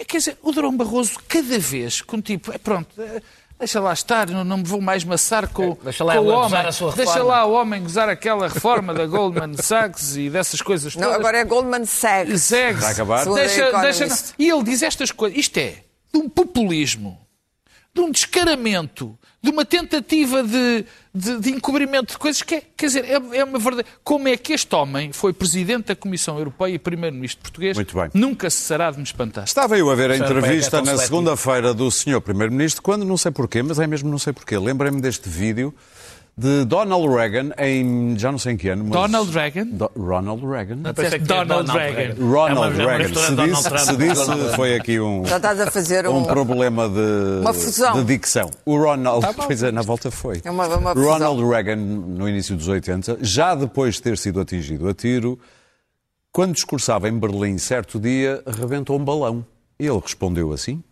Quer dizer, o Durão Barroso, cada vez, com tipo, pronto, deixa lá estar, não me vou mais maçar com o homem. Deixa lá o homem gozar aquela reforma da Goldman Sachs e dessas coisas todas. Não, agora é Goldman Sachs. Vai acabar. E ele diz estas coisas. Isto é de um populismo, de um descaramento, de uma tentativa de encobrimento de coisas que é, quer dizer, é uma verdade. Como é que este homem foi Presidente da Comissão Europeia e Primeiro-Ministro português? Muito bem. Nunca cessará de me espantar. Estava eu a ver a entrevista na segunda-feira do Sr. Primeiro-Ministro, quando, não sei porquê, mas é mesmo não sei porquê, lembrei-me deste vídeo de Donald Reagan em, já não sei em que ano, mas... Donald Reagan? Ronald Reagan. Donald Reagan. Ronald Reagan. Se disse, foi aqui já estás a fazer um problema de dicção. O Ronald, pois é, na volta foi. É uma Ronald Reagan, no início dos 80, já depois de ter sido atingido a tiro, quando discursava em Berlim certo dia, rebentou um balão. E ele respondeu assim.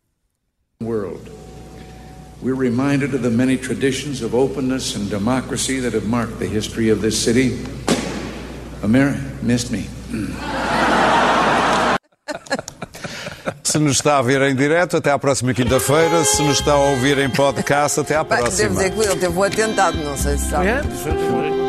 We're reminded of the many traditions of openness and democracy that have marked the history of this city. Amir missed me. Se nos está a ver em direto, até à próxima quinta-feira. Se nos está a ouvir em podcast, até à próxima. Devo dizer que ele teve um atentado, não sei se sabe.